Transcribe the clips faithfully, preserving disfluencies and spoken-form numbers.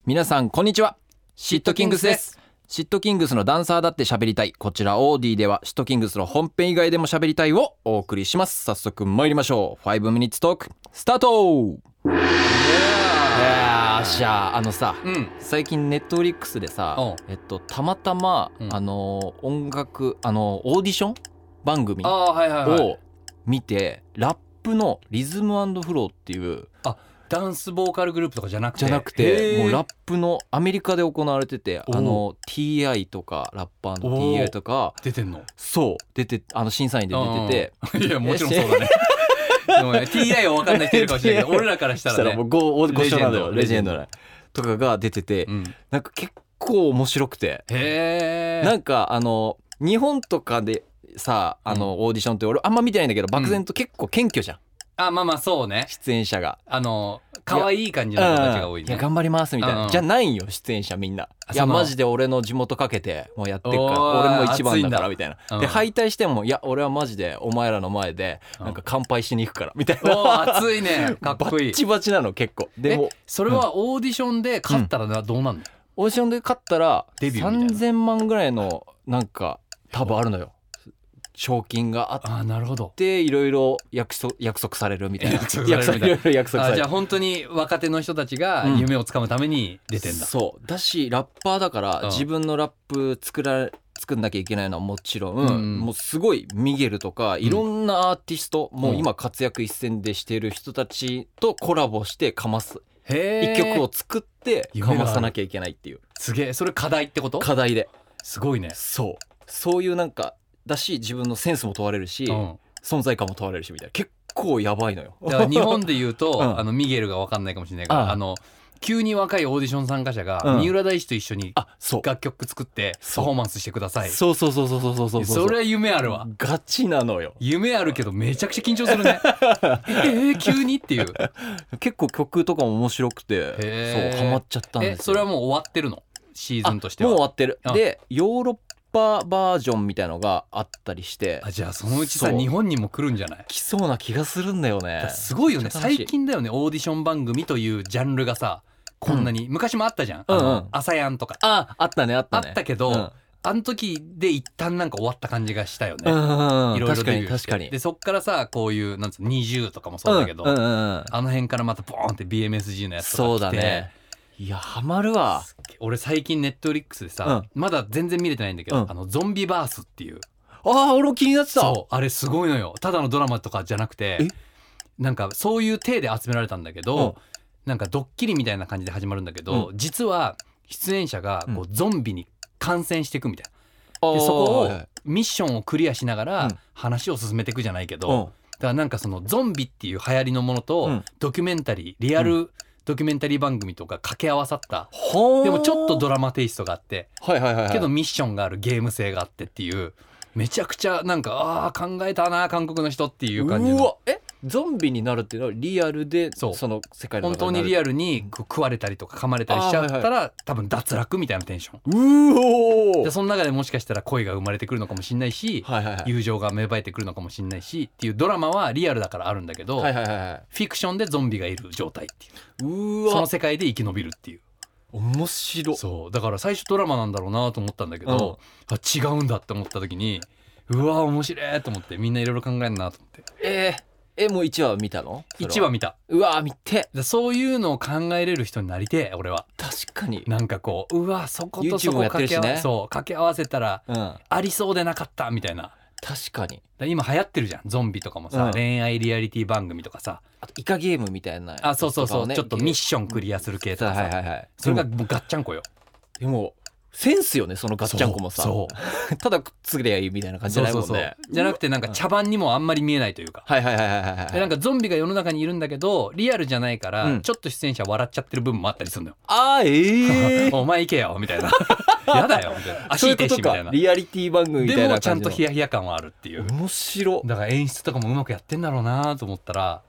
皆さんこんにちは。シットキングスです。シットキングスのダンサーだって喋りたい、こちらオーディではシットキングスの本編以外でも喋りたいをお送りします。早速参りましょう。ファイブミニッツトークスタート。いやーしゃあのさ、うん、最近ネットフリックスでさ、えっとたまたま、うん、あの音楽あのオーディション番組を見て、ラップのリズム&フローっていう、 あ、ダンスボーカルグループとかじゃなくてじゃなくてもうラップのアメリカで行われてて、あの ティーアイ とかラッパーの ティーアイ とか出てんの。 そう出て、あの審査員で出てていやもちろんそうだねでもね ティーアイ は分かんない人いるかもしれないけど俺らからしたらねもうごご緒なんだよ、レジェンドねとかが出てて、うん、なんか結構面白くて、 へー、 なんかあの日本とかでさ、あのオーディションって俺あんま見てないんだけど、漠然と結構謙虚じゃん、うん、 あ、まあまあそうね、 出演者があの可愛い感じの子たちが多いね。 いや頑張りますみたいな、うん、じゃないんよ出演者みんな。いやマジで俺の地元かけてもうやってっから俺も一番だからみたいな、うん、で敗退してもいや俺はマジでお前らの前でなんか乾杯しに行くからみたいな、 うん、お熱いね、かっこいい。 バッチバチなの結構。でもそれはオーディションで勝ったらな、うん、どうなんの？ オーディションで勝ったらさんぜんまんぐらいのなんか多分あるのよ、賞金があって、 あ、なるほど、 いろいろ約束、約束されるみたいな約束されるみたいな。 いろいろ約束される。 あ、じゃあ本当に若手の人たちが夢をつかむために出てんだ、うん、 そうだしラッパーだから、うん、自分のラップ作ら作んなきゃいけないのはもちろん、うん、もうすごいミゲルとかいろんなアーティスト、うん、もう今活躍一線でしている人たちとコラボしてかます一曲を作ってかまさなきゃいけないっていう。 すげえ、それ課題ってこと？ 課題で。 すごいね。 そうそういうなんかだし、自分のセンスも問われるし、うん、存在感も問われるしみたいな、結構やばいのよ。 だから日本で言うと、うん、あのミゲルが分かんないかもしれないから、ああの急に若いオーディション参加者が、うん、三浦大知と一緒に楽曲作ってパフォーマンスしてください。 そうそうそうそうそうそうそうそう。 それは夢あるわ。 ガチなのよ。 夢あるけどめちゃくちゃ緊張するねえー、急にっていう。 結構曲とかも面白くて、そうハマっちゃったんですよ。 え、それはもう終わってるの？シーズンとしては。 もう終わってる。でヨーロッパバージョンみたいのがあったりして、 あ、じゃあそのうちさ日本にも来るんじゃない？ 来そうな気がするんだよね。 すごいよね、最近だよね、オーディション番組というジャンルがさこんなに、うん、昔もあったじゃん、あの、うんうん、朝やんとか。 あ、あったねあったね。 あったけど、うん、あの時で一旦なんか終わった感じがしたよね、 うんうんうん、 いろいろデビューして。確かに確かに。 でそっからさこういうなんつうのにじゅうとかもそうだけど、うんうんうん、あの辺からまたボーンって ビーエムエスジー のやつとか来て。 そうだね。いやハマるわ。 俺最近ネットフリックスでさ、うん、まだ全然見れてないんだけど、うん、あのゾンビバースっていう。 ああ俺も気になってた。 そうあれすごいのよ。ただのドラマとかじゃなくて、なんかそういう体で集められたんだけど、うん、なんかドッキリみたいな感じで始まるんだけど、うん、実は出演者がこうゾンビに感染していくみたいな、うん、でそこをミッションをクリアしながら話を進めていくじゃないけど、うん、だからなんかそのゾンビっていう流行りのものと、うん、ドキュメンタリーリアル、うん、ドキュメンタリー番組とか掛け合わさった、うん、でもちょっとドラマテイストがあって、はいはいはいはい、けどミッションがあるゲーム性があってっていう、めちゃくちゃなんかあー考えたな韓国の人っていう感じの。 うわえゾンビになるっていうのはリアルで そ, その世界の中に本当にリアルに食われたりとか噛まれたりしちゃったら、はいはい、多分脱落みたいなテンション。 うおでその中でもしかしたら恋が生まれてくるのかもしれないし、はいはいはい、友情が芽生えてくるのかもしれないしっていうドラマはリアルだからあるんだけど、はいはいはい、フィクションでゾンビがいる状態っていう、うわその世界で生き延びるっていう。 面白。 そうだから最初ドラマなんだろうなと思ったんだけど、うん、あ違うんだって思った時にうわ面白いと思って、みんないろいろ考えるなと思って。 えーえもういちわ見たの？ いちわ見た。 うわ見て。 そういうのを考えれる人になりてえ俺は。 確かになんかこううわそことそこ掛け合わせ、ね、そう掛け合わせたら、うん、ありそうでなかったみたいな。 確かに。 だ今流行ってるじゃんゾンビとかもさ、うん、恋愛リアリティ番組とかさ、 あとイカゲームみたいな、ね、 あそうそうそう、ちょっとミッションクリアする系とかさ、はいはいはい、それがもうガッチャンコよ。 でもセンスよねそのガッチャンコもさ。そうそうただくっつけりゃいいみたいな感じじゃないもんね。そうそうそうじゃなくてなんか茶番にもあんまり見えないというか、 はいはいはいはいはい、 でなんかゾンビが世の中にいるんだけどリアルじゃないから、うん、ちょっと出演者笑っちゃってる部分もあったりするのよ。 あーえーお前行けよみたいなやだよみたいな、足痛いしみたいな。 リアリティ番組みたいな感じの。 でもちゃんとヒヤヒヤ感はあるっていう。 面白。 だから演出とかもうまくやってんだろうなと思ったら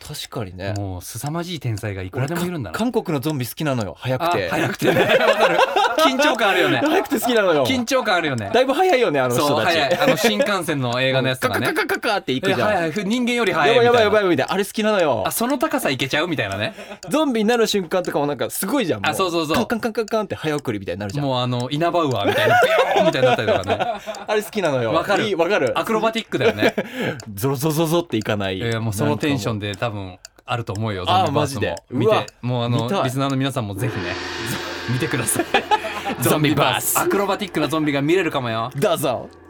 確かにね。 もう凄まじい天才がいくらでもいるんだな。 韓国のゾンビ好きなのよ。早くてあ早くてねわかる緊張感あるよね早くて好きなのよ。 緊張感あるよね。 だいぶ早いよねあの人たち。 そう早い。あの新幹線の映画のやつとかねカカカカカっていくじゃん。 早い人間より早いみたいな。 やばいやばいやばいみたいな。あれ好きなのよ。 あその高さいけちゃうみたいなね。 ゾンビになる瞬間とかもなんかすごいじゃん。もうあそうそうそう。 カンカンカンカンって早送りみたいになるじゃん。 もうあのイナバウアーみたいなビヨーンみたいになったりとかねあれ好きなのよ。 わかるいいわかる。 アクロバティックだよねゾロゾロゾロゾっていかない。 いやもうそのテンションで。 で多分あると思うよ。 あーゾンビバースもマジで見うわてもうあ見たいのリスナーの皆さんもぜひね見てくださいゾンビバースアクロバティックなゾンビが見れるかもよ。 どうぞ。